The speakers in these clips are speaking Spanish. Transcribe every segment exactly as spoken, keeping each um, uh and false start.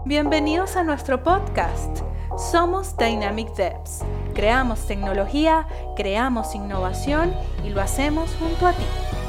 Bienvenidos a nuestro podcast. Somos Dynamic Devs. Creamos tecnología, creamos innovación y lo hacemos junto a ti.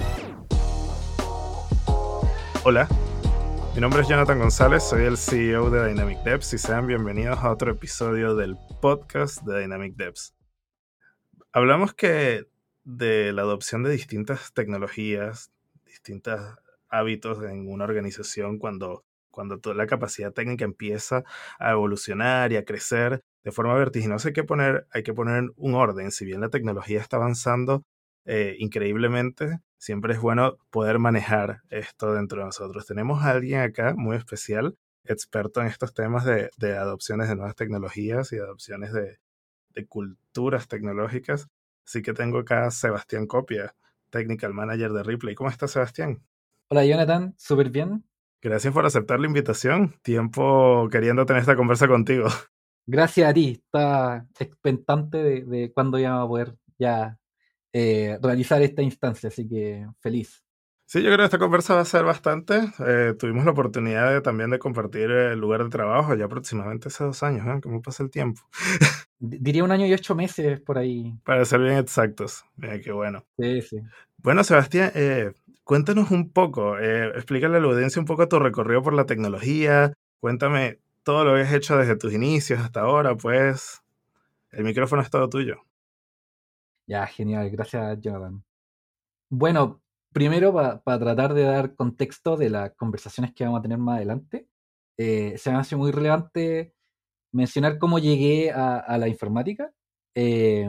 Hola, mi nombre es Jonathan González, soy el C E O de Dynamic Devs y sean bienvenidos a otro episodio del podcast de Dynamic Devs. Hablamos que de la adopción de distintas tecnologías, distintos hábitos en una organización cuando, cuando toda la capacidad técnica empieza a evolucionar y a crecer de forma vertiginosa. Hay que poner, hay que poner un orden. Si bien la tecnología está avanzando eh, increíblemente, siempre es bueno poder manejar esto dentro de nosotros. Tenemos a alguien acá muy especial, experto en estos temas de, de adopciones de nuevas tecnologías y adopciones de, de culturas tecnológicas. Así que tengo acá a Sebastián Copia, Technical Manager de Ripley. ¿Cómo estás, Sebastián? Hola, Jonathan, súper bien. Gracias por aceptar la invitación. Tiempo queriendo tener esta conversa contigo. Gracias a ti. Estaba expectante de, de cuándo íbamos a poder ya eh, realizar esta instancia, así que feliz. Sí, yo creo que esta conversa va a ser bastante. Eh, tuvimos la oportunidad de, también de compartir el lugar de trabajo ya aproximadamente hace dos años. ¿eh? ¿Cómo pasa el tiempo? D- diría un año y ocho meses por ahí. Para ser bien exactos. Mira, qué bueno. Sí, sí. Bueno, Sebastián, eh, cuéntanos un poco, eh, explícale a la audiencia un poco tu recorrido por la tecnología, cuéntame todo lo que has hecho desde tus inicios hasta ahora, pues el micrófono es todo tuyo. Ya, genial. Gracias, Jonathan. Bueno, primero para tratar de dar contexto de las conversaciones que vamos a tener más adelante, eh, se me hace muy relevante mencionar cómo llegué a, a la informática. Eh,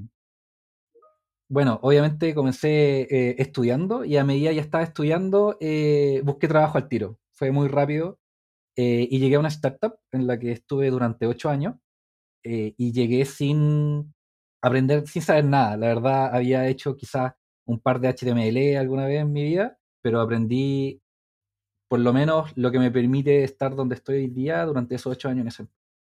Bueno, obviamente comencé eh, estudiando y a medida que estaba estudiando eh, busqué trabajo al tiro. Fue muy rápido eh, y llegué a una startup en la que estuve durante ocho años eh, y llegué sin aprender, sin saber nada. La verdad, había hecho quizás un par de H T M L alguna vez en mi vida, pero aprendí por lo menos lo que me permite estar donde estoy hoy día durante esos ocho años en ese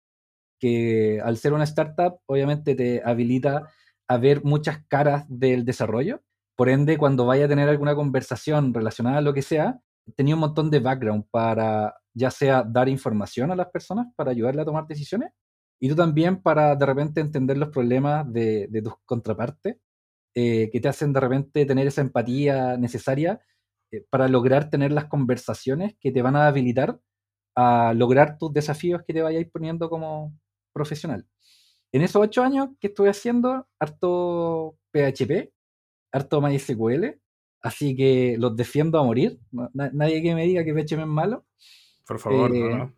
que al ser una startup, obviamente te habilita a ver muchas caras del desarrollo. Por ende, cuando vaya a tener alguna conversación relacionada a lo que sea, tenía un montón de background para ya sea dar información a las personas para ayudarle a tomar decisiones y tú también para de repente entender los problemas de, de tus contrapartes eh, que te hacen de repente tener esa empatía necesaria eh, para lograr tener las conversaciones que te van a habilitar a lograr tus desafíos que te vayáis poniendo como profesional. En esos ocho años que estuve haciendo, harto P H P, harto MySQL, así que los defiendo a morir. No- na- nadie que me diga que P H P es malo. Por favor, Eh, ¿no?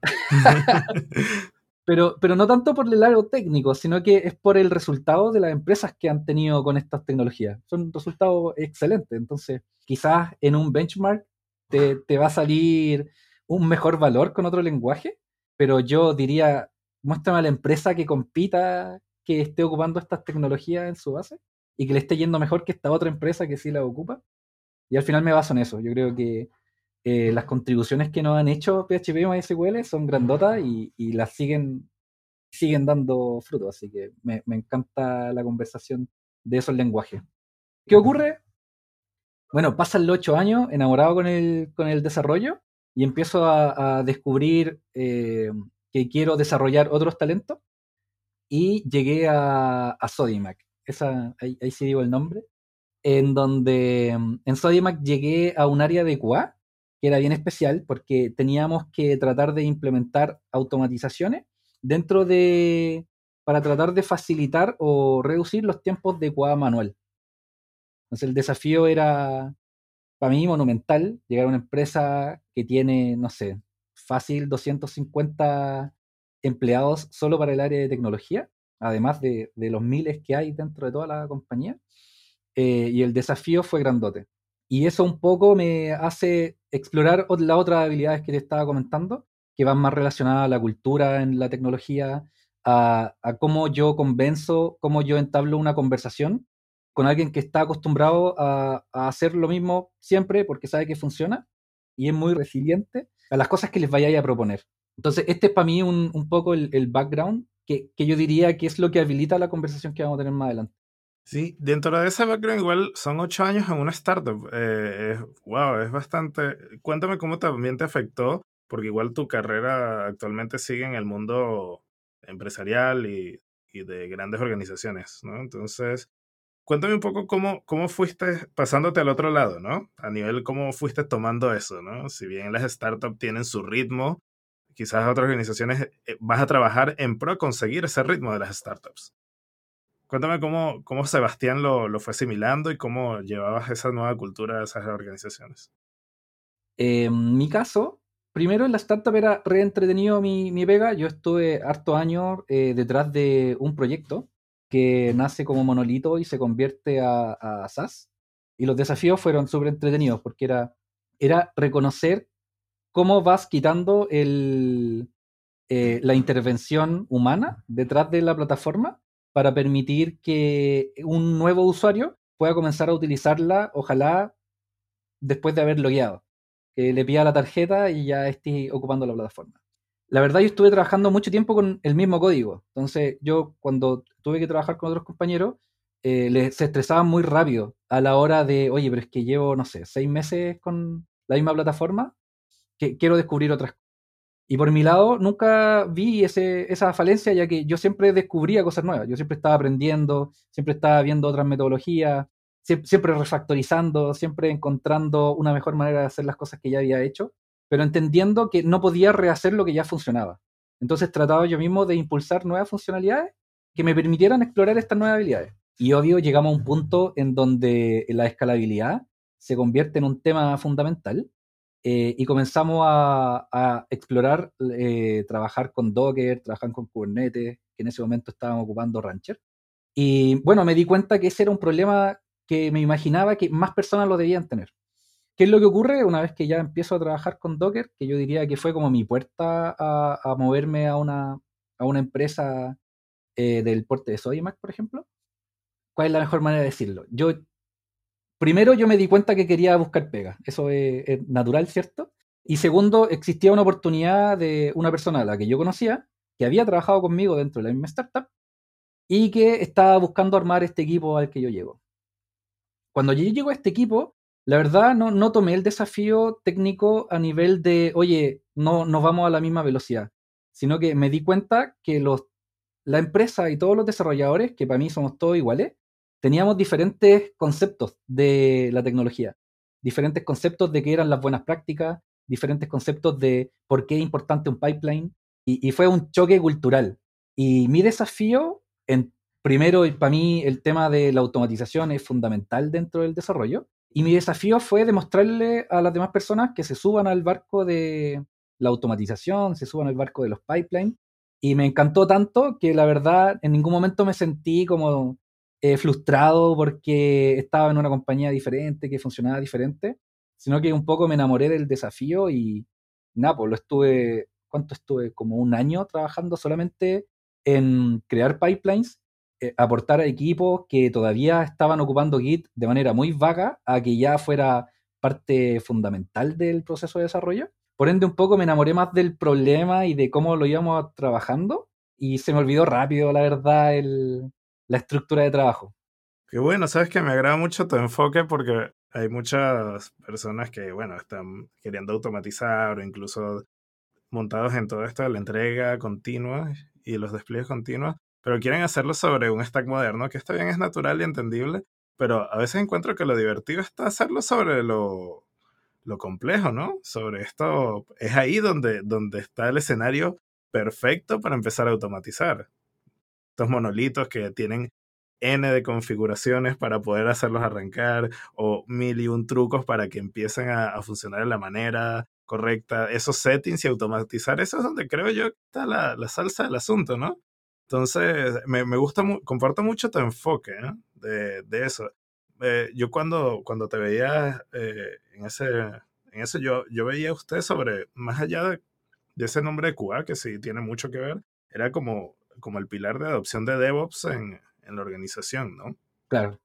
pero, pero no tanto por el lado técnico, sino que es por el resultado de las empresas que han tenido con estas tecnologías. Son resultados excelentes. Entonces, quizás en un benchmark te, te va a salir un mejor valor con otro lenguaje, pero yo diría, muéstrame a la empresa que compita, que esté ocupando estas tecnologías en su base y que le esté yendo mejor que esta otra empresa que sí la ocupa. Y al final me baso en eso. Yo creo que eh, las contribuciones que nos han hecho P H P y MySQL son grandotas y, y las siguen, siguen dando frutos. Así que me, me encanta la conversación de esos lenguajes. ¿Qué ocurre? Bueno, pasan los ocho años enamorado con el, con el desarrollo y empiezo a, a descubrir eh, que quiero desarrollar otros talentos y llegué a, a Sodimac. Esa, ahí, ahí sí digo el nombre. En donde mm, en Sodimac llegué a un área de Q A que era bien especial porque teníamos que tratar de implementar automatizaciones dentro de, para tratar de facilitar o reducir los tiempos de Q A manual. Entonces el desafío era para mí monumental llegar a una empresa que tiene, no sé, fácil doscientos cincuenta empleados solo para el área de tecnología, además de, de los miles que hay dentro de toda la compañía. Eh, y el desafío fue grandote. Y eso un poco me hace explorar ot- las otras habilidades que te estaba comentando, que van más relacionadas a la cultura en la tecnología, a, a cómo yo convenzo, cómo yo entablo una conversación con alguien que está acostumbrado a, a hacer lo mismo siempre porque sabe que funciona y es muy resiliente a las cosas que les vayáis a proponer. Entonces, este es para mí un, un poco el, el background que, que yo diría que es lo que habilita la conversación que vamos a tener más adelante. Sí, dentro de ese background igual son ocho años en una startup. Eh, es- wow, es bastante. Cuéntame cómo también te afectó porque igual tu carrera actualmente sigue en el mundo empresarial y, y de grandes organizaciones, ¿no? Entonces, cuéntame un poco cómo, cómo fuiste pasándote al otro lado, ¿no? A nivel cómo fuiste tomando eso, ¿no? Si bien las startups tienen su ritmo, quizás otras organizaciones eh, vas a trabajar en pro de conseguir ese ritmo de las startups. Cuéntame cómo, cómo Sebastián lo, lo fue asimilando y cómo llevabas esa nueva cultura a esas organizaciones. Eh, en mi caso, primero en la startup era re entretenido mi, mi pega. Yo estuve hartos años eh, detrás de un proyecto que nace como monolito y se convierte a, a SaaS. Y los desafíos fueron súper entretenidos porque era, era reconocer cómo vas quitando el, eh, la intervención humana detrás de la plataforma para permitir que un nuevo usuario pueda comenzar a utilizarla, ojalá después de haber logueado, que le pida la tarjeta y ya esté ocupando la plataforma. La verdad, yo estuve trabajando mucho tiempo con el mismo código. Entonces, yo cuando tuve que trabajar con otros compañeros, eh, les, se estresaban muy rápido a la hora de, oye, pero es que llevo, no sé, seis meses con la misma plataforma, que quiero descubrir otras cosas. Y por mi lado, nunca vi ese, esa falencia, ya que yo siempre descubría cosas nuevas. Yo siempre estaba aprendiendo, siempre estaba viendo otras metodologías, siempre, siempre refactorizando, siempre encontrando una mejor manera de hacer las cosas que ya había hecho, pero entendiendo que no podía rehacer lo que ya funcionaba. Entonces trataba yo mismo de impulsar nuevas funcionalidades que me permitieran explorar estas nuevas habilidades. Y obvio, llegamos a un punto en donde la escalabilidad se convierte en un tema fundamental. Eh, y comenzamos a, a explorar, eh, trabajar con Docker, trabajar con Kubernetes, que en ese momento estaban ocupando Rancher. Y bueno, me di cuenta que ese era un problema que me imaginaba que más personas lo debían tener. ¿Qué es lo que ocurre una vez que ya empiezo a trabajar con Docker? Que yo diría que fue como mi puerta a, a moverme a una, a una empresa eh, del porte de Sodimac, por ejemplo. ¿Cuál es la mejor manera de decirlo? Yo Primero yo me di cuenta que quería buscar pega, eso es, es natural, ¿cierto? Y segundo, existía una oportunidad de una persona a la que yo conocía, que había trabajado conmigo dentro de la misma startup y que estaba buscando armar este equipo al que yo llego. Cuando yo llego a este equipo, la verdad no, no tomé el desafío técnico a nivel de, oye, no nos vamos a la misma velocidad, sino que me di cuenta que los, la empresa y todos los desarrolladores, que para mí somos todos iguales, teníamos diferentes conceptos de la tecnología, diferentes conceptos de qué eran las buenas prácticas, diferentes conceptos de por qué es importante un pipeline, y, y fue un choque cultural. Y mi desafío, en, primero, para mí el tema de la automatización es fundamental dentro del desarrollo, y mi desafío fue demostrarle a las demás personas que se suban al barco de la automatización, se suban al barco de los pipelines, y me encantó tanto que la verdad en ningún momento me sentí como eh, frustrado porque estaba en una compañía diferente, que funcionaba diferente, sino que un poco me enamoré del desafío y nada, pues lo estuve, ¿cuánto estuve? Como un año trabajando solamente en crear pipelines, eh, aportar a equipos que todavía estaban ocupando Git de manera muy vaga a que ya fuera parte fundamental del proceso de desarrollo. Por ende, un poco me enamoré más del problema y de cómo lo íbamos trabajando y se me olvidó rápido, la verdad, el, la estructura de trabajo. Qué bueno, sabes que me agrada mucho tu enfoque porque hay muchas personas que, bueno, están queriendo automatizar o incluso montados en todo esto de la entrega continua y los despliegues continuos, pero quieren hacerlo sobre un stack moderno, que está bien, es natural y entendible, pero a veces encuentro que lo divertido está hacerlo sobre lo, lo complejo, ¿no? Sobre esto, es ahí donde, donde está el escenario perfecto para empezar a automatizar. Estos monolitos que tienen N de configuraciones para poder hacerlos arrancar o mil y un trucos para que empiecen a, a funcionar de la manera correcta. Esos settings y automatizar, eso es donde creo yo que está la, la salsa del asunto, ¿no? Entonces, me, me gusta, mu comparto mucho tu enfoque, ¿no? de, de eso. Eh, yo cuando, cuando te veía eh, en ese, en eso yo, yo veía a usted sobre, más allá de, de ese nombre de Q A, que sí tiene mucho que ver, era como, como el pilar de adopción de DevOps en, en la organización, ¿no? Claro.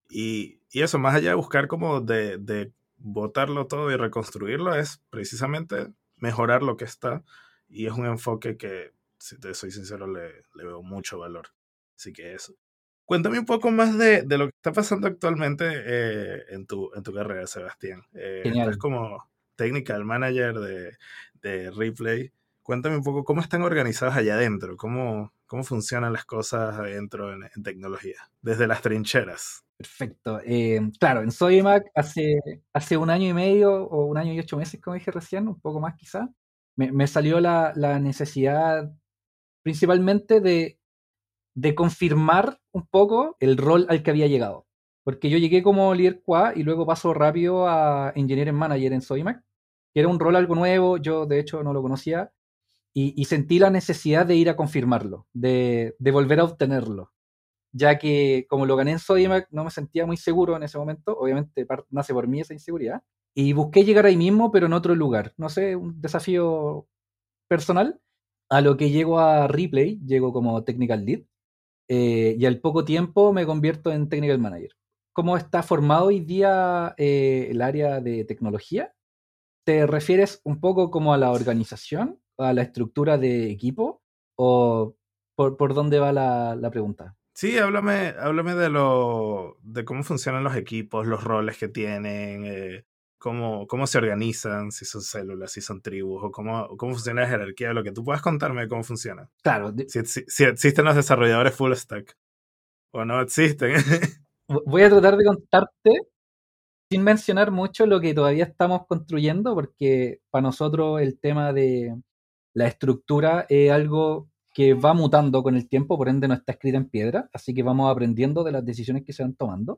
Y, y eso, más allá de buscar como de, de botarlo todo y reconstruirlo, es precisamente mejorar lo que está. Y es un enfoque que, si te soy sincero, le, le veo mucho valor. Así que eso. Cuéntame un poco más de, de lo que está pasando actualmente eh, en, tu, en tu carrera, Sebastián. Eh, estás Genial. como technical manager de, de Replay. Cuéntame un poco cómo están organizados allá adentro, cómo, cómo funcionan las cosas adentro en, en tecnología, desde las trincheras. Perfecto. Eh, claro, en Sodimac hace, hace un año y medio o un año y ocho meses, como dije recién, un poco más quizás, me, me salió la, la necesidad principalmente de, de confirmar un poco el rol al que había llegado. Porque yo llegué como líder Q A y luego paso rápido a Engineering Manager en Sodimac, que era un rol algo nuevo, yo de hecho no lo conocía, y, y sentí la necesidad de ir a confirmarlo, de, de volver a obtenerlo, ya que como lo gané en Sodimac no me sentía muy seguro en ese momento, obviamente par- nace por mí esa inseguridad, y busqué llegar ahí mismo, pero en otro lugar, no sé, un desafío personal, a lo que llego a Replay, llego como Technical Lead, eh, y al poco tiempo me convierto en Technical Manager. ¿Cómo está formado hoy día eh, el área de tecnología? ¿Te refieres un poco como a la organización, a la estructura de equipo, o por, por dónde va la, la pregunta? Sí, háblame, háblame de lo, de cómo funcionan los equipos, los roles que tienen, eh, cómo, cómo se organizan, si son células, si son tribus, o cómo, cómo funciona la jerarquía, lo que tú puedas contarme de cómo funciona. Claro, de- Si, si- si existen los desarrolladores full stack, o no existen. voy a tratar de contarte sin mencionar mucho lo que todavía estamos construyendo, porque para nosotros el tema de la estructura es algo que va mutando con el tiempo, por ende no está escrita en piedra, así que vamos aprendiendo de las decisiones que se van tomando.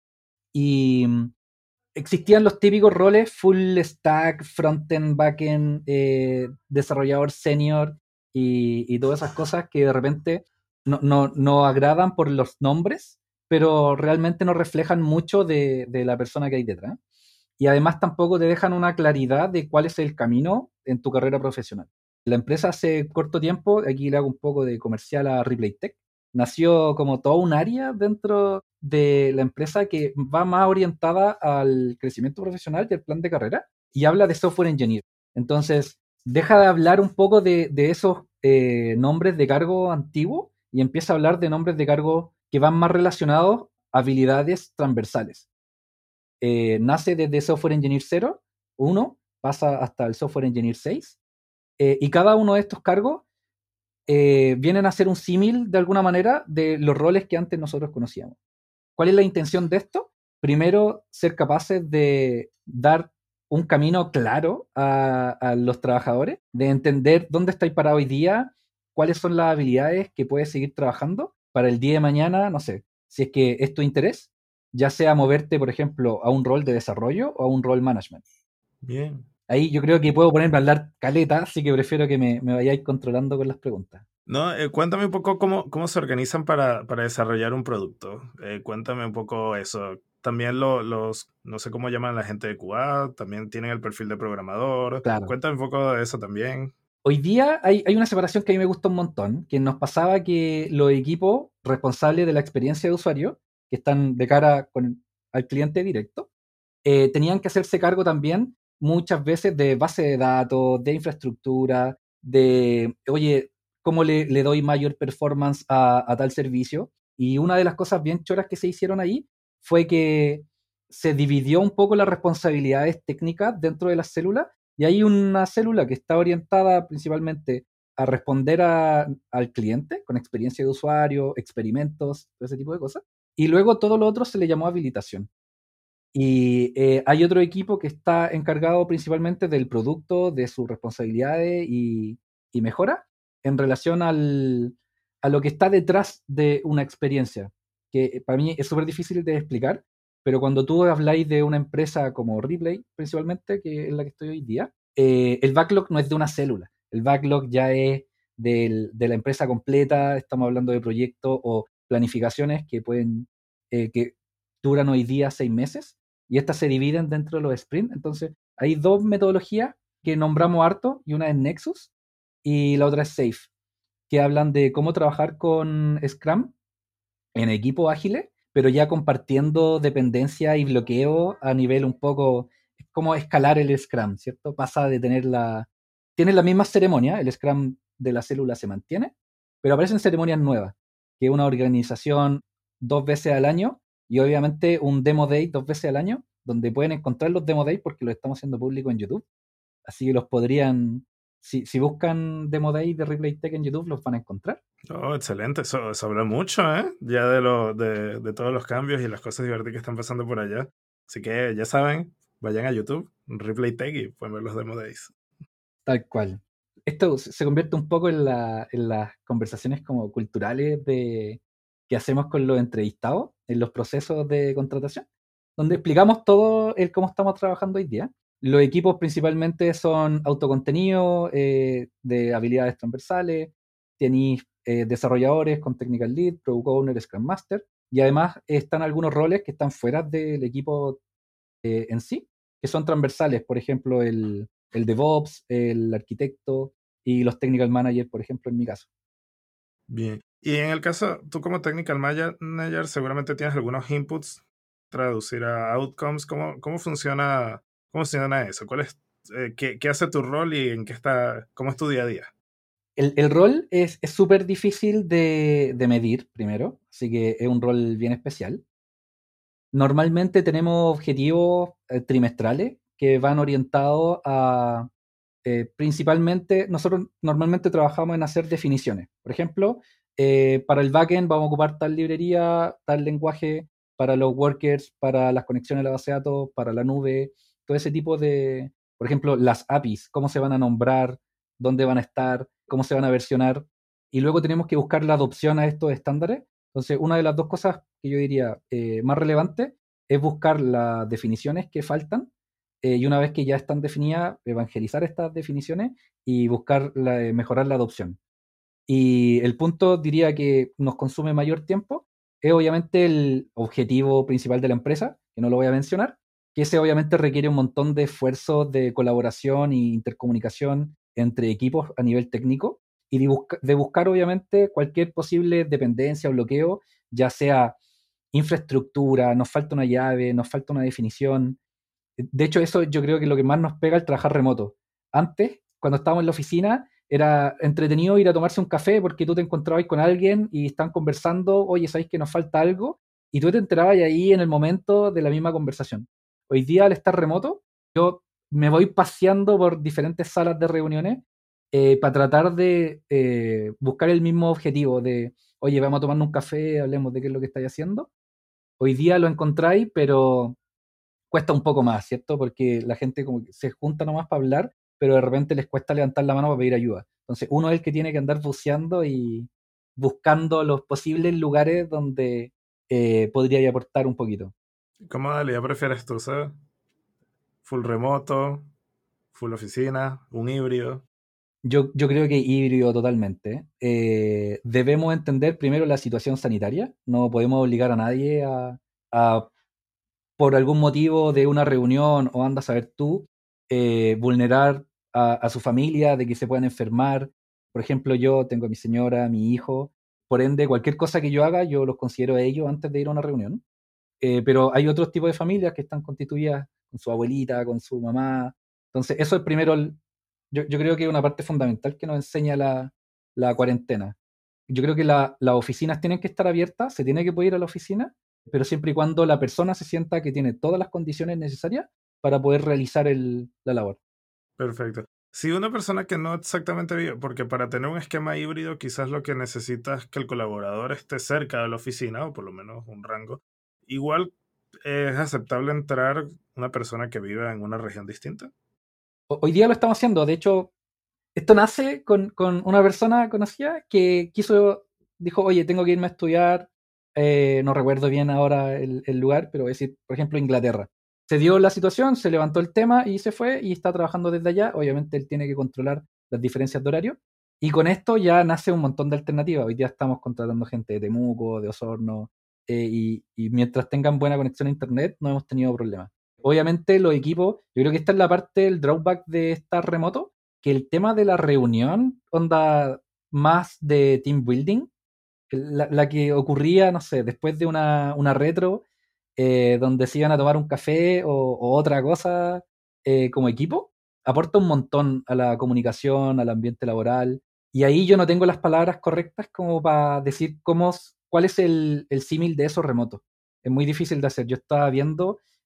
Y mm, existían los típicos roles full stack, frontend, backend, eh, desarrollador senior y, y todas esas cosas que de repente no, no, no agradan por los nombres, pero realmente no reflejan mucho de, de la persona que hay detrás. Y además tampoco te dejan una claridad de cuál es el camino en tu carrera profesional. La empresa hace corto tiempo, aquí le hago un poco de comercial a Replay Tech, nació como todo un área dentro de la empresa que va más orientada al crecimiento profesional y al plan de carrera y habla de software engineer. Entonces, deja de hablar un poco de, de esos eh, nombres de cargo antiguos y empieza a hablar de nombres de cargo que van más relacionados a habilidades transversales. Eh, nace desde Software Engineer cero, uno, pasa hasta el Software Engineer seis, eh, y cada uno de estos cargos eh, vienen a ser un símil de alguna manera de los roles que antes nosotros conocíamos. ¿Cuál es la intención de esto? Primero, ser capaces de dar un camino claro a, a los trabajadores, de entender dónde estáis parados hoy día, cuáles son las habilidades que puedes seguir trabajando para el día de mañana, no sé, si es que es tu interés, ya sea moverte, por ejemplo, a un rol de desarrollo o a un rol management. Bien. Ahí yo creo que puedo ponerme a hablar caleta, así que prefiero que me, me vayáis controlando con las preguntas. No, eh, cuéntame un poco cómo, cómo se organizan para, para desarrollar un producto. Eh, cuéntame un poco eso. También lo- los, no sé cómo llaman a la gente de Q A, también tienen el perfil de programador. Claro. Cuéntame un poco de eso también. Hoy día hay, hay una separación que a mí me gusta un montón, que nos pasaba que los equipos responsables de la experiencia de usuario, que están de cara con, al cliente directo, eh, tenían que hacerse cargo también muchas veces de base de datos, de infraestructura, de, oye, ¿cómo le, le doy mayor performance a, a tal servicio? Y una de las cosas bien choras que se hicieron ahí fue que se dividió un poco las responsabilidades técnicas dentro de las células y hay una célula que está orientada principalmente a responder a, al cliente con experiencia de usuario, experimentos, todo ese tipo de cosas. Y luego todo lo otro se le llamó habilitación. Y eh, hay otro equipo que está encargado principalmente del producto, de sus responsabilidades y, y mejora en relación al, a lo que está detrás de una experiencia, que para mí es súper difícil de explicar, pero cuando tú habláis de una empresa como Replay, principalmente, que es la que estoy hoy día, eh, el backlog no es de una célula, el backlog ya es del, de la empresa completa, estamos hablando de proyectos o planificaciones que pueden, eh, que duran hoy día seis meses y estas se dividen dentro de los sprints. Entonces, hay dos metodologías que nombramos harto, y una es Nexus y la otra es Safe, que hablan de cómo trabajar con Scrum en equipos ágiles, pero ya compartiendo dependencia y bloqueo a nivel un poco, es como escalar el Scrum, ¿cierto? Pasa de tener la... Tiene la misma ceremonia, el Scrum de la célula se mantiene, pero aparecen ceremonias nuevas, que una organización dos veces al año y obviamente un demo day dos veces al año donde pueden encontrar los Demo Days porque los estamos haciendo público en YouTube. Así que los podrían, si, si buscan Demo Days de Replay Tech en YouTube, los van a encontrar. Oh, excelente. Eso, eso habla mucho, ¿eh? Ya de, lo, de, de todos los cambios y las cosas divertidas que están pasando por allá. Así que ya saben, vayan a YouTube, Replay Tech, y pueden ver los Demo Days. Tal cual. Esto se convierte un poco en, la, en las conversaciones como culturales de, que hacemos con los entrevistados en los procesos de contratación, donde explicamos todo el cómo estamos trabajando hoy día. Los equipos principalmente son autocontenido, eh, de habilidades transversales, tenéis eh, desarrolladores con Technical Lead, Product Owner, Scrum Master, y además están algunos roles que están fuera del equipo eh, en sí, que son transversales, por ejemplo, el, el DevOps, el arquitecto y los Technical Managers, por ejemplo, en mi caso. Bien. Y en el caso, tú como Technical Manager seguramente tienes algunos inputs, traducir a outcomes. ¿Cómo, cómo funciona, cómo funciona eso? ¿Cuál es, eh, qué, qué hace tu rol y en qué está, cómo es tu día a día? El, el rol es súper difícil de, de medir, primero, así que es un rol bien especial. Normalmente tenemos objetivos eh, trimestrales que van orientados a, eh, principalmente, nosotros normalmente trabajamos en hacer definiciones. Por ejemplo, eh, para el backend vamos a ocupar tal librería, tal lenguaje, para los workers, para las conexiones a la base de datos, para la nube, todo ese tipo de, por ejemplo, las A P Is, cómo se van a nombrar, dónde van a estar, cómo se van a versionar, y luego tenemos que buscar la adopción a estos estándares. Entonces, una de las dos cosas que yo diría eh, más relevantes es buscar las definiciones que faltan, eh, y una vez que ya están definidas, evangelizar estas definiciones y buscar la, eh, mejorar la adopción. Y el punto, diría, que nos consume mayor tiempo es obviamente el objetivo principal de la empresa, que no lo voy a mencionar, que ese obviamente requiere un montón de esfuerzos de colaboración e intercomunicación entre equipos a nivel técnico y de, busca, de buscar obviamente cualquier posible dependencia o bloqueo, ya sea infraestructura, nos falta una llave, nos falta una definición. De hecho, eso yo creo que es lo que más nos pega el trabajar remoto. Antes, cuando estábamos en la oficina, era entretenido ir a tomarse un café porque tú te encontrabas con alguien y están conversando, oye, ¿sabéis que nos falta algo? Y tú te enterabas ahí en el momento de la misma conversación. Hoy día, al estar remoto, yo me voy paseando por diferentes salas de reuniones eh, para tratar de eh, buscar el mismo objetivo de, oye, vamos a tomarnos un café, hablemos de qué es lo que estáis haciendo. Hoy día lo encontráis, pero cuesta un poco más, ¿cierto? Porque la gente como que se junta nomás para hablar, pero de repente les cuesta levantar la mano para pedir ayuda. Entonces uno es el que tiene que andar buceando y buscando los posibles lugares donde eh, podría aportar un poquito. ¿Qué modalidad prefieres tú, sabes? ¿Full remoto? ¿Full oficina? ¿Un híbrido? Yo, yo creo que híbrido totalmente. Eh, debemos entender primero la situación sanitaria. No podemos obligar a nadie a, a por algún motivo de una reunión o anda a saber tú, eh, vulnerar a, a su familia, de que se puedan enfermar. Por ejemplo, yo tengo a mi señora, a mi hijo, por ende, cualquier cosa que yo haga, yo los considero a ellos antes de ir a una reunión. Eh, pero hay otros tipos de familias que están constituidas con su abuelita, con su mamá. Entonces, eso es primero, el, yo, yo creo que es una parte fundamental que nos enseña la, la cuarentena. Yo creo que la, las oficinas tienen que estar abiertas, se tiene que poder ir a la oficina, pero siempre y cuando la persona se sienta que tiene todas las condiciones necesarias para poder realizar el, la labor. Perfecto. Si una persona que no exactamente vive, porque para tener un esquema híbrido quizás lo que necesitas es que el colaborador esté cerca de la oficina, o por lo menos un rango, igual es aceptable entrar una persona que vive en una región distinta. Hoy día lo estamos haciendo, de hecho, esto nace con, con una persona conocida que quiso, dijo, oye, tengo que irme a estudiar, eh, no recuerdo bien ahora el, el lugar, pero voy a decir, por ejemplo, Inglaterra. Se dio la situación, se levantó el tema y se fue y está trabajando desde allá. Obviamente él tiene que controlar las diferencias de horario. Y con esto ya nace un montón de alternativas. Hoy día estamos contratando gente de Temuco, de Osorno, eh, y, y mientras tengan buena conexión a internet no hemos tenido problemas. Obviamente los equipos, yo creo que esta es la parte del drawback de estar remoto, que el tema de la reunión, onda más de team building, la, la que ocurría, no sé, después de una, una retro, eh, donde se iban a tomar un café o, o otra cosa eh, como equipo, aporta un montón a la comunicación, al ambiente laboral. Y ahí yo no tengo las palabras correctas como para decir cómo, cuál es el, el símil de eso remoto. Es muy difícil de hacer. Yo estaba viendo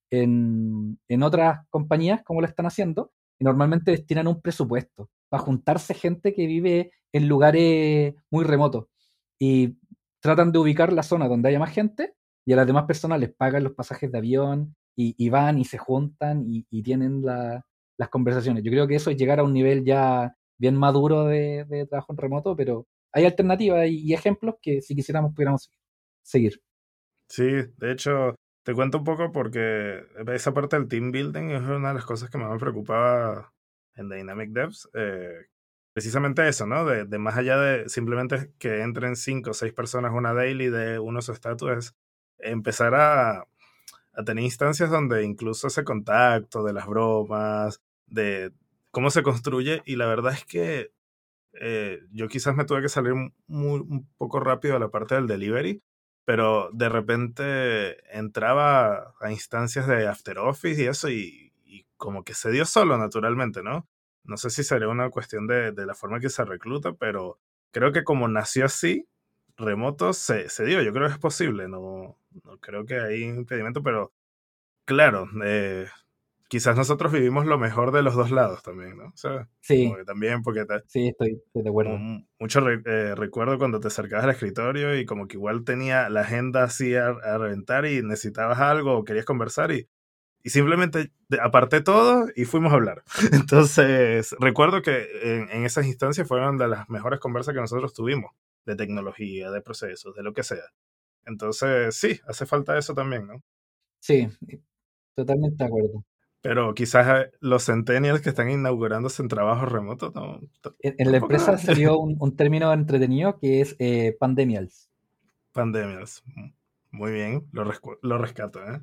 en, en otras compañías, como lo están haciendo, y normalmente destinan un presupuesto para juntarse gente que vive en lugares muy remotos y tratan de ubicar la zona donde haya más gente y a las demás personas les pagan los pasajes de avión y, y van y se juntan y, y tienen la, las conversaciones. Yo creo que eso es llegar a un nivel ya bien maduro de, de trabajo en remoto, pero hay alternativas y, y ejemplos que si quisiéramos pudiéramos seguir. Sí, de hecho, te cuento un poco porque esa parte del team building es una de las cosas que más me preocupaba en Dynamic Devs. Eh, precisamente eso, ¿no? De, de más allá de simplemente que entren cinco o seis personas una daily de uno su estatus, es empezar a, a tener instancias donde incluso ese contacto de las bromas, de cómo se construye, y la verdad es que eh, yo quizás me tuve que salir muy, un poco rápido a la parte del delivery, pero de repente entraba a instancias de After Office y eso, y, y como que se dio solo naturalmente, ¿no? No sé si sería una cuestión de, de la forma que se recluta, pero creo que como nació así, remoto, se, se dio. Yo creo que es posible, no, no creo que hay impedimento, pero claro, eh, quizás nosotros vivimos lo mejor de los dos lados también, ¿no? O sea, como Sí, que también, porque ta- sí, estoy, estoy de acuerdo. mu- mucho re- eh, recuerdo cuando te acercabas al escritorio y como que igual tenía la agenda así a, a reventar y necesitabas algo o querías conversar y, y simplemente de- aparté todo y fuimos a hablar. Entonces, recuerdo que en, en esas instancias fueron de las mejores conversas que nosotros tuvimos, de tecnología, de procesos, de lo que sea. Entonces, sí, hace falta eso también, ¿no? Sí, totalmente de acuerdo. Pero quizás eh, los centennials que están inaugurándose en trabajos remotos, no, t- En, en la tampoco empresa salió un, un término entretenido que es eh, pandemials. pandemias. Muy bien, lo, rescu- lo rescato, ¿eh?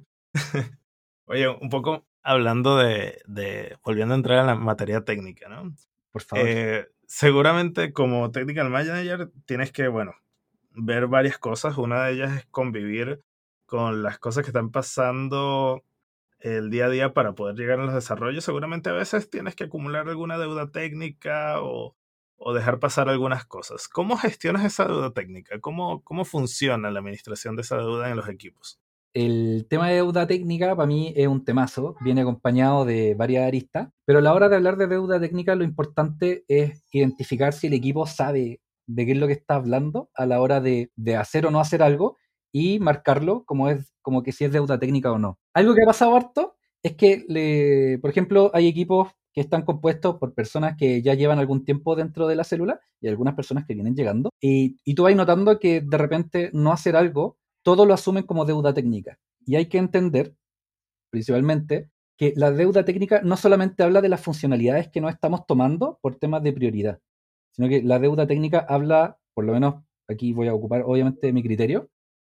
Oye, un poco hablando de, de, volviendo a entrar en la materia técnica, ¿no? Por favor. Eh, seguramente como technical manager tienes que, bueno, ver varias cosas. Una de ellas es convivir con las cosas que están pasando el día a día para poder llegar a los desarrollos. Seguramente a veces tienes que acumular alguna deuda técnica o, o dejar pasar algunas cosas. ¿Cómo gestionas esa deuda técnica? ¿Cómo, cómo funciona la administración de esa deuda en los equipos? El tema de deuda técnica para mí es un temazo, viene acompañado de varias aristas, pero a la hora de hablar de deuda técnica lo importante es identificar si el equipo sabe de qué es lo que está hablando a la hora de, de hacer o no hacer algo y marcarlo como, es, como que si es deuda técnica o no. Algo que ha pasado harto es que, le, por ejemplo, hay equipos que están compuestos por personas que ya llevan algún tiempo dentro de la célula y algunas personas que vienen llegando y, y tú vas notando que de repente no hacer algo todo lo asumen como deuda técnica. Y hay que entender, principalmente, que la deuda técnica no solamente habla de las funcionalidades que no estamos tomando por temas de prioridad, sino que la deuda técnica habla, por lo menos aquí voy a ocupar obviamente mi criterio,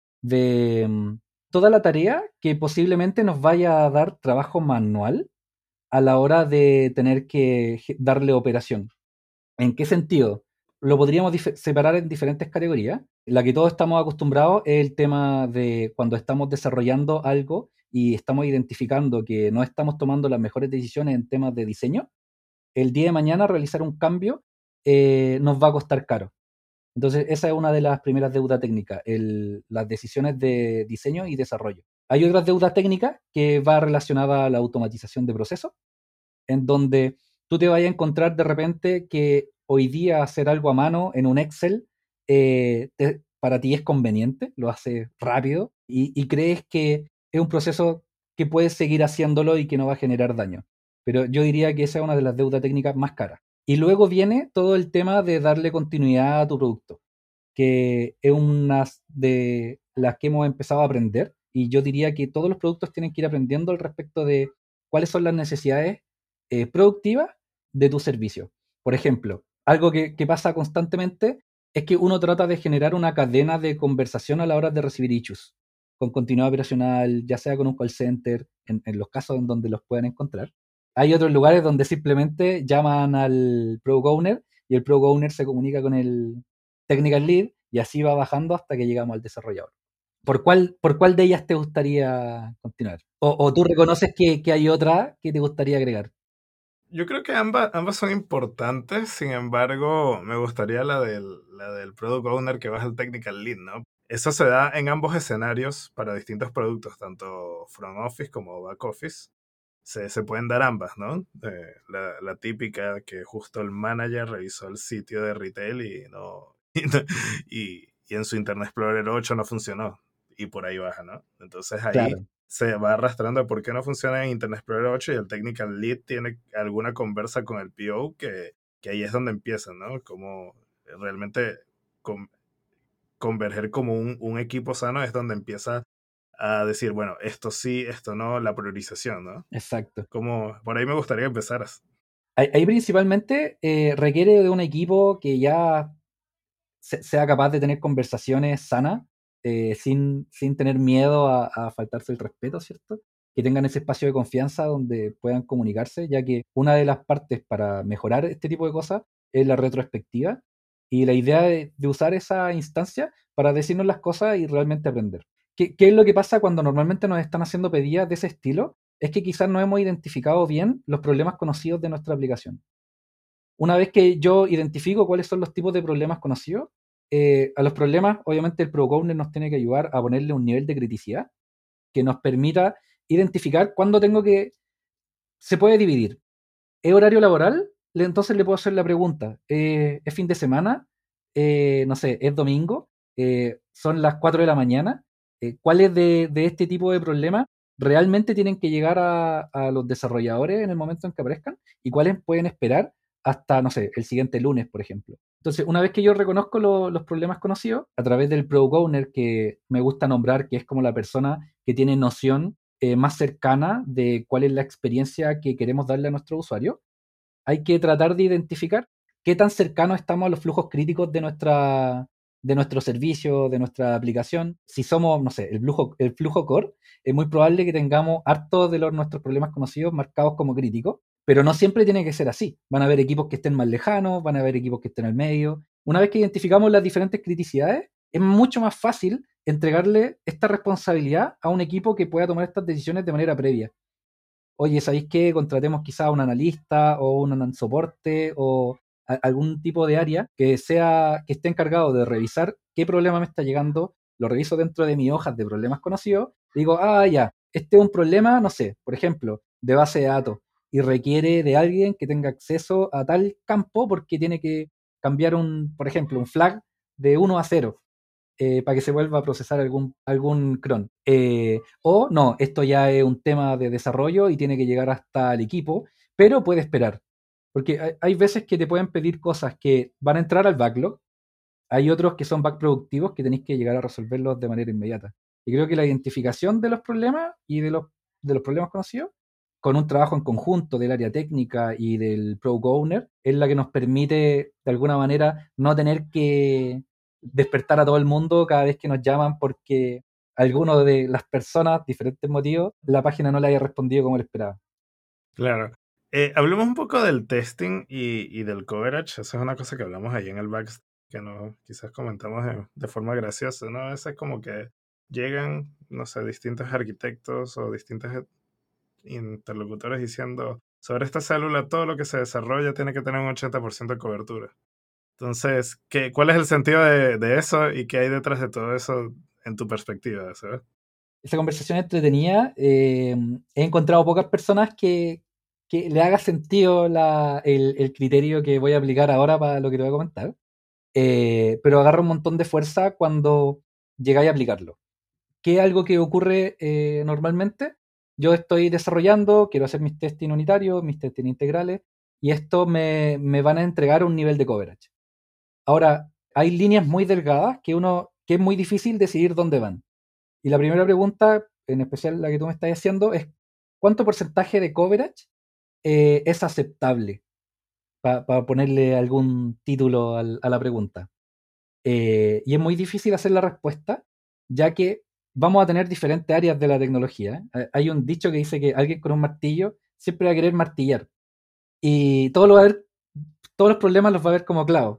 de um, toda la tarea que posiblemente nos vaya a dar trabajo manual a la hora de tener que darle operación. ¿En qué sentido? Lo podríamos separar en diferentes categorías. La que todos estamos acostumbrados es el tema de cuando estamos desarrollando algo y estamos identificando que no estamos tomando las mejores decisiones en temas de diseño. El día de mañana realizar un cambio eh, nos va a costar caro. Entonces, esa es una de las primeras deudas técnicas, el, las decisiones de diseño y desarrollo. Hay otras deudas técnicas que va relacionada a la automatización de procesos, en donde tú te vayas a encontrar de repente que hoy día hacer algo a mano en un Excel eh, te, para ti es conveniente, lo haces rápido y, y crees que es un proceso que puedes seguir haciéndolo y que no va a generar daño. Pero yo diría que esa es una de las deudas técnicas más caras. Y luego viene todo el tema de darle continuidad a tu producto, que es una de las que hemos empezado a aprender. Y yo diría que todos los productos tienen que ir aprendiendo al respecto de cuáles son las necesidades eh, productivas de tu servicio. Por ejemplo, algo que, que pasa constantemente es que uno trata de generar una cadena de conversación a la hora de recibir issues, con continuidad operacional, ya sea con un call center, en, en los casos en donde los puedan encontrar. Hay otros lugares donde simplemente llaman al Product Owner y el Product Owner se comunica con el Technical Lead y así va bajando hasta que llegamos al desarrollador. ¿Por cuál, por cuál de ellas te gustaría continuar? ¿O, o tú reconoces que, que hay otra que te gustaría agregar? Yo creo que ambas, ambas son importantes, sin embargo, me gustaría la del, la del Product Owner que va al Technical Lead, ¿no? eso se da en ambos escenarios para distintos productos, tanto front office como back office. Se, se pueden dar ambas, ¿no? Eh, la, la típica que justo el manager revisó el sitio de retail y no, y, no- y- y en su Internet Explorer ocho no funcionó y por ahí baja, ¿no? Entonces ahí Claro, se va arrastrando por qué no funciona en Internet Explorer ocho y el technical lead tiene alguna conversa con el P O que, que ahí es donde empiezan, ¿no? Como realmente con- converger como un, un equipo sano es donde empieza a decir, bueno, esto sí, esto no, la priorización, ¿no? exacto. Como por ahí me gustaría que empezaras. Ahí, ahí principalmente eh, requiere de un equipo que ya se- sea capaz de tener conversaciones sanas, eh, sin, sin tener miedo a, a faltarse el respeto, ¿cierto? Que tengan ese espacio de confianza donde puedan comunicarse, ya que una de las partes para mejorar este tipo de cosas es la retrospectiva y la idea de, de usar esa instancia para decirnos las cosas y realmente aprender. ¿Qué, qué es lo que pasa cuando normalmente nos están haciendo pedidas de ese estilo? Es que quizás no hemos identificado bien los problemas conocidos de nuestra aplicación. Una vez que yo identifico cuáles son los tipos de problemas conocidos, eh, a los problemas, obviamente, el Product Owner nos tiene que ayudar a ponerle un nivel de criticidad que nos permita identificar cuándo tengo que. Se puede dividir. ¿Es horario laboral? Le- Entonces le puedo hacer la pregunta. eh, ¿Es fin de semana? Eh, no sé, ¿es domingo? Eh, ¿son las cuatro de la mañana? Eh, ¿cuáles de, de este tipo de problemas realmente tienen que llegar a, a los desarrolladores en el momento en que aparezcan? ¿Y cuáles pueden esperar hasta, no sé, el siguiente lunes, por ejemplo? Entonces, una vez que yo reconozco lo- los problemas conocidos, a través del Product Owner, que me gusta nombrar, que es como la persona que tiene noción eh, más cercana de cuál es la experiencia que queremos darle a nuestro usuario, hay que tratar de identificar qué tan cercanos estamos a los flujos críticos de nuestra de nuestro servicio, de nuestra aplicación. Si somos, no sé, el flujo, el flujo core, es muy probable que tengamos hartos de los, nuestros problemas conocidos marcados como críticos, pero no siempre tiene que ser así. Van a haber equipos que estén más lejanos, van a haber equipos que estén al medio. Una vez que identificamos las diferentes criticidades, es mucho más fácil entregarle esta responsabilidad a un equipo que pueda tomar estas decisiones de manera previa. Oye, ¿sabéis qué? Contratemos quizá a un analista o un soporte o a- algún tipo de área que sea, que esté encargado de revisar qué problema me está llegando, lo reviso dentro de mis hojas de problemas conocidos, digo, ah, ya, este es un problema, no sé, por ejemplo, de base de datos y requiere de alguien que tenga acceso a tal campo porque tiene que cambiar un, por ejemplo, un flag de uno a cero, eh, para que se vuelva a procesar algún, algún cron. Eh, o no, esto ya es un tema de desarrollo y tiene que llegar hasta el equipo, pero puede esperar. Porque hay, hay veces que te pueden pedir cosas que van a entrar al backlog, hay otros que son back productivos que tenéis que llegar a resolverlos de manera inmediata. Y creo que la identificación de los problemas y de los, de los problemas conocidos, con un trabajo en conjunto del área técnica y del Product Owner, es la que nos permite, de alguna manera, no tener que despertar a todo el mundo cada vez que nos llaman porque alguno de las personas, diferentes motivos, la página no le haya respondido como él esperaba. Claro. Eh, hablemos un poco del testing y, y del coverage. Esa es una cosa que hablamos ahí en el back, que no, quizás comentamos de, de forma graciosa, ¿no? A veces como que llegan, no sé, distintos arquitectos o distintos interlocutores diciendo, sobre esta célula todo lo que se desarrolla tiene que tener un ochenta por ciento de cobertura. Entonces, ¿qué, ¿cuál es el sentido de, de eso y qué hay detrás de todo eso en tu perspectiva, ¿sabes? Esa conversación entretenida, eh, he encontrado pocas personas que, que le haga sentido la, el, el criterio que voy a aplicar ahora para lo que te voy a comentar, eh, pero agarra un montón de fuerza cuando llegáis a aplicarlo. ¿Qué es algo que ocurre eh, normalmente? Yo estoy desarrollando, quiero hacer mis testing unitarios, mis testing integrales, y esto me, me van a entregar un nivel de coverage. Ahora, hay líneas muy delgadas que uno, que es muy difícil decidir dónde van. Y la primera pregunta, en especial la que tú me estás haciendo, es ¿cuánto porcentaje de coverage eh, es aceptable? Para pa ponerle algún título al, a la pregunta. Eh, y es muy difícil hacer la respuesta, ya que vamos a tener diferentes áreas de la tecnología. Eh, Hay un dicho que dice que alguien con un martillo siempre va a querer martillar. Y todo lo va a ver, todos los problemas los va a ver como clavos.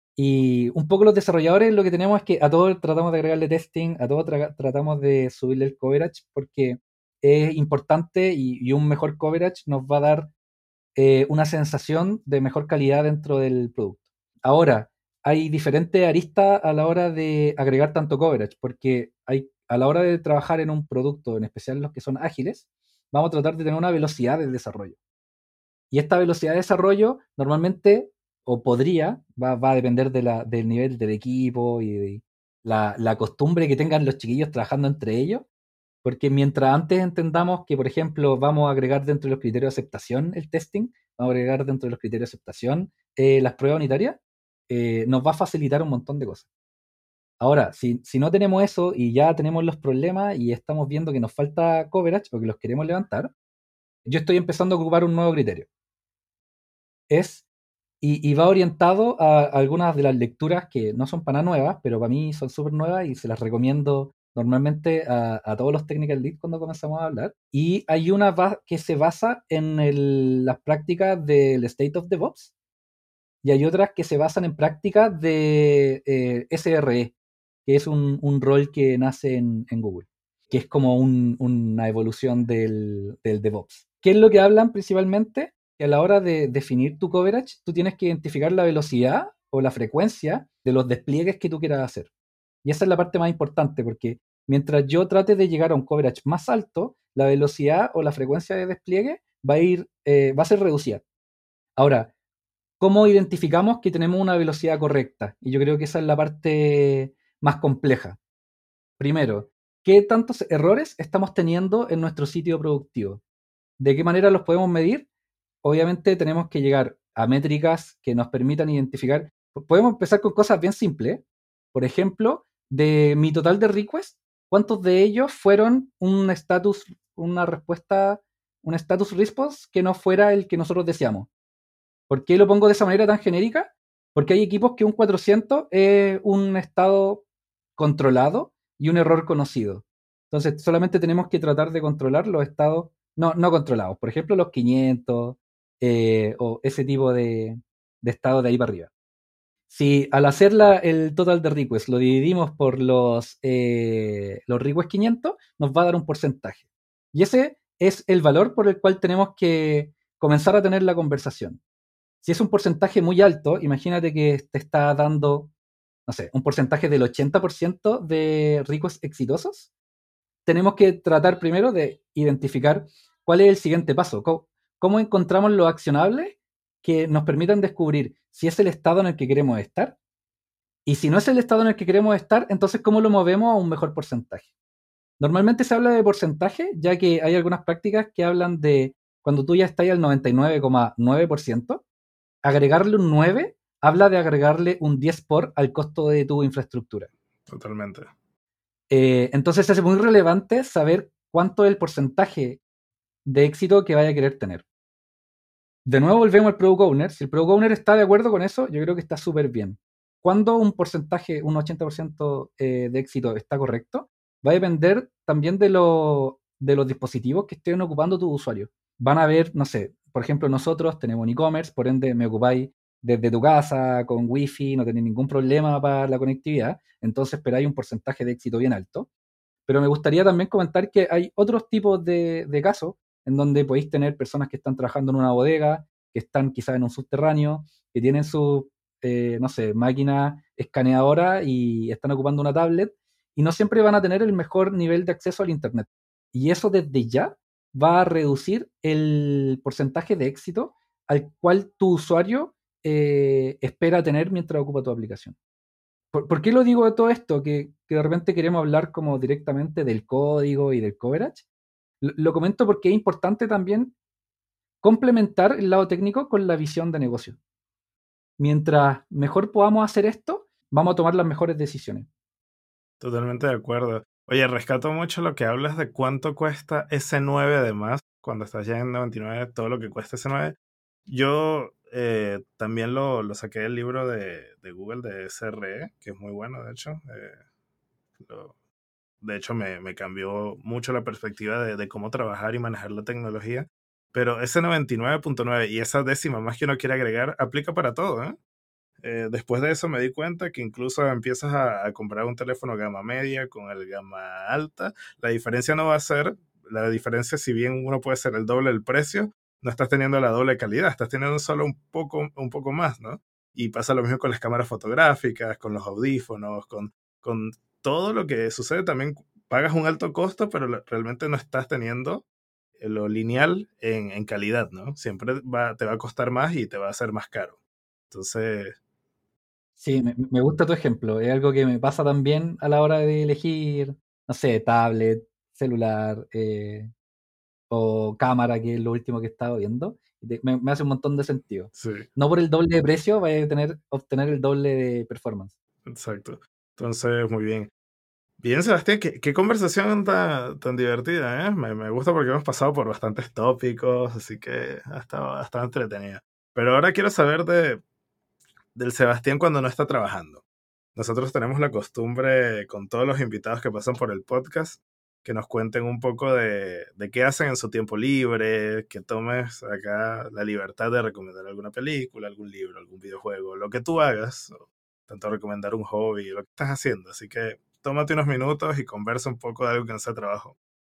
Y un poco los desarrolladores lo que tenemos es que a todos tratamos de agregarle testing, a todos tra tratamos de subirle el coverage porque es importante y, y un mejor coverage nos va a dar eh, una sensación de mejor calidad dentro del producto. Ahora, hay diferentes aristas a la hora de agregar tanto coverage, porque hay, a la hora de trabajar en un producto, en especial los que son ágiles, vamos a tratar de tener una velocidad de desarrollo. Y esta velocidad de desarrollo normalmente, o podría, va, va a depender de la, del nivel del equipo y de la, la costumbre que tengan los chiquillos trabajando entre ellos, porque mientras antes entendamos que, por ejemplo, vamos a agregar dentro de los criterios de aceptación el testing, vamos a agregar dentro de los criterios de aceptación eh, las pruebas unitarias, eh, nos va a facilitar un montón de cosas. Ahora, si, si no tenemos eso y ya tenemos los problemas y estamos viendo que nos falta coverage o que los queremos levantar, yo estoy empezando a ocupar un nuevo criterio. Es, y, y va orientado a, a algunas de las lecturas que no son para nada nuevas, pero para mí son súper nuevas y se las recomiendo normalmente a, a todos los technical leads cuando comenzamos a hablar. Y hay una va- que se basa en el- las prácticas del State of DevOps y hay otras que se basan en prácticas de eh, S R E, que es un, un rol que nace en, en Google, que es como un- una evolución del, del DevOps. ¿Qué es lo que hablan principalmente? Que a la hora de definir tu coverage, tú tienes que identificar la velocidad o la frecuencia de los despliegues que tú quieras hacer. Y esa es la parte más importante, porque mientras yo trate de llegar a un coverage más alto, la velocidad o la frecuencia de despliegue va a ir, eh, va a ser reducida. Ahora, ¿cómo identificamos que tenemos una velocidad correcta? Y yo creo que esa es la parte más compleja. Primero, ¿qué tantos errores estamos teniendo en nuestro sitio productivo? ¿De qué manera los podemos medir? Obviamente tenemos que llegar a métricas que nos permitan identificar. Podemos empezar con cosas bien simples. Por ejemplo, de mi total de requests, ¿cuántos de ellos fueron un status, una respuesta, un status response que no fuera el que nosotros deseamos? ¿Por qué lo pongo de esa manera tan genérica? Porque hay equipos que un cuatrocientos es un estado controlado y un error conocido. Entonces, solamente tenemos que tratar de controlar los estados no, no controlados. Por ejemplo, los quinientos eh, o ese tipo de, de estados de ahí para arriba. Si al hacer la, el total de requests lo dividimos por los, eh, los requests quinientos, nos va a dar un porcentaje. Y ese es el valor por el cual tenemos que comenzar a tener la conversación. Si es un porcentaje muy alto, imagínate que te está dando, no sé, un porcentaje del ochenta por ciento de requests exitosos. Tenemos que tratar primero de identificar cuál es el siguiente paso. ¿Cómo, cómo encontramos lo accionable que nos permitan descubrir si es el estado en el que queremos estar? Y si no es el estado en el que queremos estar, entonces ¿cómo lo movemos a un mejor porcentaje? Normalmente se habla de porcentaje, ya que hay algunas prácticas que hablan de cuando tú ya estás al noventa y nueve coma nueve por ciento, agregarle un nueve habla de agregarle un diez por al costo de tu infraestructura. Totalmente. Eh, entonces es muy relevante saber cuánto es el porcentaje de éxito que vaya a querer tener. De nuevo volvemos al Product Owner. Si el Product Owner está de acuerdo con eso, yo creo que está súper bien. Cuando un porcentaje, un ochenta por ciento eh, de éxito está correcto, va a depender también de, lo, de los dispositivos que estén ocupando tus usuarios. Van a ver, no sé, por ejemplo, nosotros tenemos un e-commerce, por ende me ocupáis desde tu casa, con wifi, no tenéis ningún problema para la conectividad, entonces esperáis un porcentaje de éxito bien alto. Pero me gustaría también comentar que hay otros tipos de, de casos en donde podéis tener personas que están trabajando en una bodega, que están quizás en un subterráneo, que tienen su, eh, no sé, máquina escaneadora y están ocupando una tablet y no siempre van a tener el mejor nivel de acceso al Internet. Y eso desde ya va a reducir el porcentaje de éxito al cual tu usuario eh, espera tener mientras ocupa tu aplicación. ¿Por, por qué lo digo de todo esto? Que, que de repente queremos hablar como directamente del código y del coverage. Lo, lo comento porque es importante también complementar el lado técnico con la visión de negocio. Mientras mejor podamos hacer esto, vamos a tomar las mejores decisiones. Totalmente de acuerdo. Oye, rescato mucho lo que hablas de cuánto cuesta ese nueve de más cuando estás ya en noventa y nueve, todo lo que cuesta ese nueve. Yo eh, también lo, lo saqué del libro de, de Google de S R E, que es muy bueno, de hecho. Eh, lo, de hecho, me, me cambió mucho la perspectiva de, de cómo trabajar y manejar la tecnología. Pero ese noventa y nueve punto nueve y esa décima más que uno quiere agregar aplica para todo, ¿eh? Eh, después de eso me di cuenta que incluso empiezas a, a comprar un teléfono gama media con el gama alta. La diferencia no va a ser, la diferencia si bien uno puede ser el doble del precio, no estás teniendo la doble calidad, estás teniendo solo un poco, un poco más, ¿no? Y pasa lo mismo con las cámaras fotográficas, con los audífonos, con, con todo lo que sucede. También pagas un alto costo, pero lo, realmente no estás teniendo lo lineal en, en calidad, ¿no? Siempre va, te va a costar más y te va a hacer más caro. Entonces... Sí, me, me gusta tu ejemplo. Es algo que me pasa también a la hora de elegir, no sé, tablet, celular eh, o cámara, que es lo último que he estado viendo. Me, me hace un montón de sentido. Sí. No por el doble de precio vaya a tener, obtener el doble de performance. Exacto. Entonces, muy bien. Bien, Sebastián, qué, qué conversación tan, tan divertida, ¿eh? Me, me gusta porque hemos pasado por bastantes tópicos, así que ha estado, ha estado entretenida. Pero ahora quiero saber de, del Sebastián cuando no está trabajando. Nosotros tenemos la costumbre con todos los invitados que pasan por el podcast que nos cuenten un poco de, de qué hacen en su tiempo libre, que tomes acá la libertad de recomendar alguna película, algún libro, algún videojuego, lo que tú hagas, o tanto recomendar un hobby, lo que estás haciendo. Así que tómate unos minutos y conversa un poco de algo que no sea trabajo.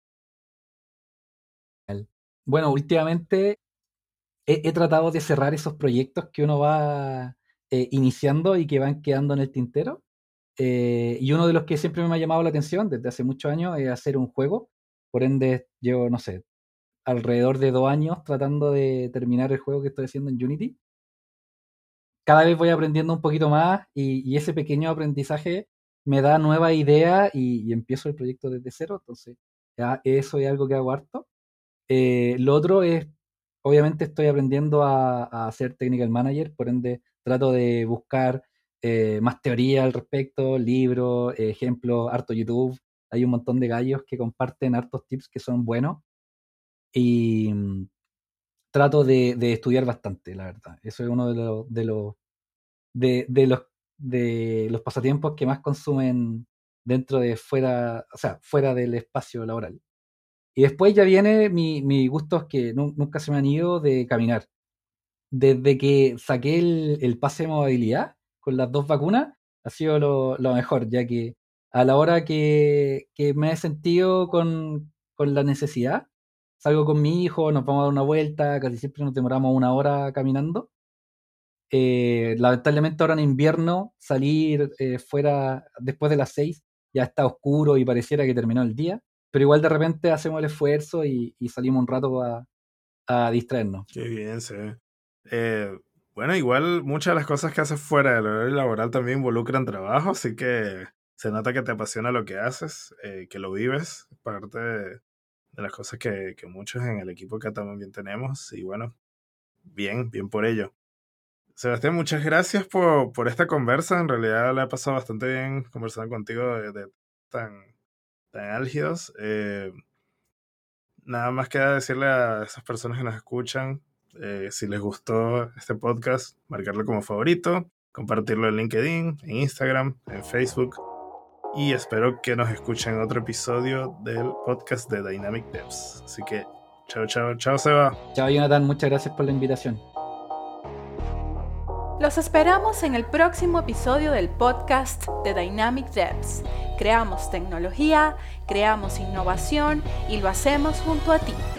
Bueno, últimamente he, he tratado de cerrar esos proyectos que uno va eh, iniciando y que van quedando en el tintero. Eh, y uno de los que siempre me ha llamado la atención desde hace muchos años es hacer un juego. Por ende, llevo, no sé, alrededor de dos años tratando de terminar el juego que estoy haciendo en Unity. Cada vez voy aprendiendo un poquito más y, y ese pequeño aprendizaje me da nueva idea y, y empiezo el proyecto desde cero. Entonces, ya, eso es algo que hago harto. Eh, lo otro es, obviamente estoy aprendiendo a, a ser technical manager, por ende trato de buscar eh, más teoría al respecto, libros, eh, ejemplos, harto YouTube. Hay un montón de gallos que comparten hartos tips que son buenos y mm, trato de, de estudiar bastante, la verdad. Eso es uno de los, de los, de, de los, de los pasatiempos que más consumen dentro de fuera, o sea, fuera del espacio laboral. Y después ya viene mi, mi gustos que nu- nunca se me han ido de caminar. Desde que saqué el, el pase de movilidad con las dos vacunas, ha sido lo, lo mejor, ya que a la hora que, que me he sentido con, con la necesidad, salgo con mi hijo, nos vamos a dar una vuelta, casi siempre nos demoramos una hora caminando. Eh, lamentablemente ahora en invierno salir eh, fuera después de las seis ya está oscuro y pareciera que terminó el día, pero igual de repente hacemos el esfuerzo y, y salimos un rato a, a distraernos. Qué bien, se ve. Eh, bueno, igual muchas de las cosas que haces fuera del horario laboral también involucran trabajo, así que se nota que te apasiona lo que haces, eh, que lo vives, parte de, de las cosas que, que muchos en el equipo acá también tenemos, y bueno, bien, bien por ello. Sebastián, muchas gracias por, por esta conversa. En realidad la he pasado bastante bien conversando contigo de, de tan, tan álgidos. Eh, nada más queda decirle a esas personas que nos escuchan, eh, si les gustó este podcast, marcarlo como favorito, compartirlo en LinkedIn, en Instagram, en Facebook. Y espero que nos escuchen en otro episodio del podcast de Dynamic Devs. Así que, chao, chao, chao, Seba. Chao, Jonathan, muchas gracias por la invitación. Los esperamos en el próximo episodio del podcast de Dynamic Devs. Creamos tecnología, creamos innovación y lo hacemos junto a ti.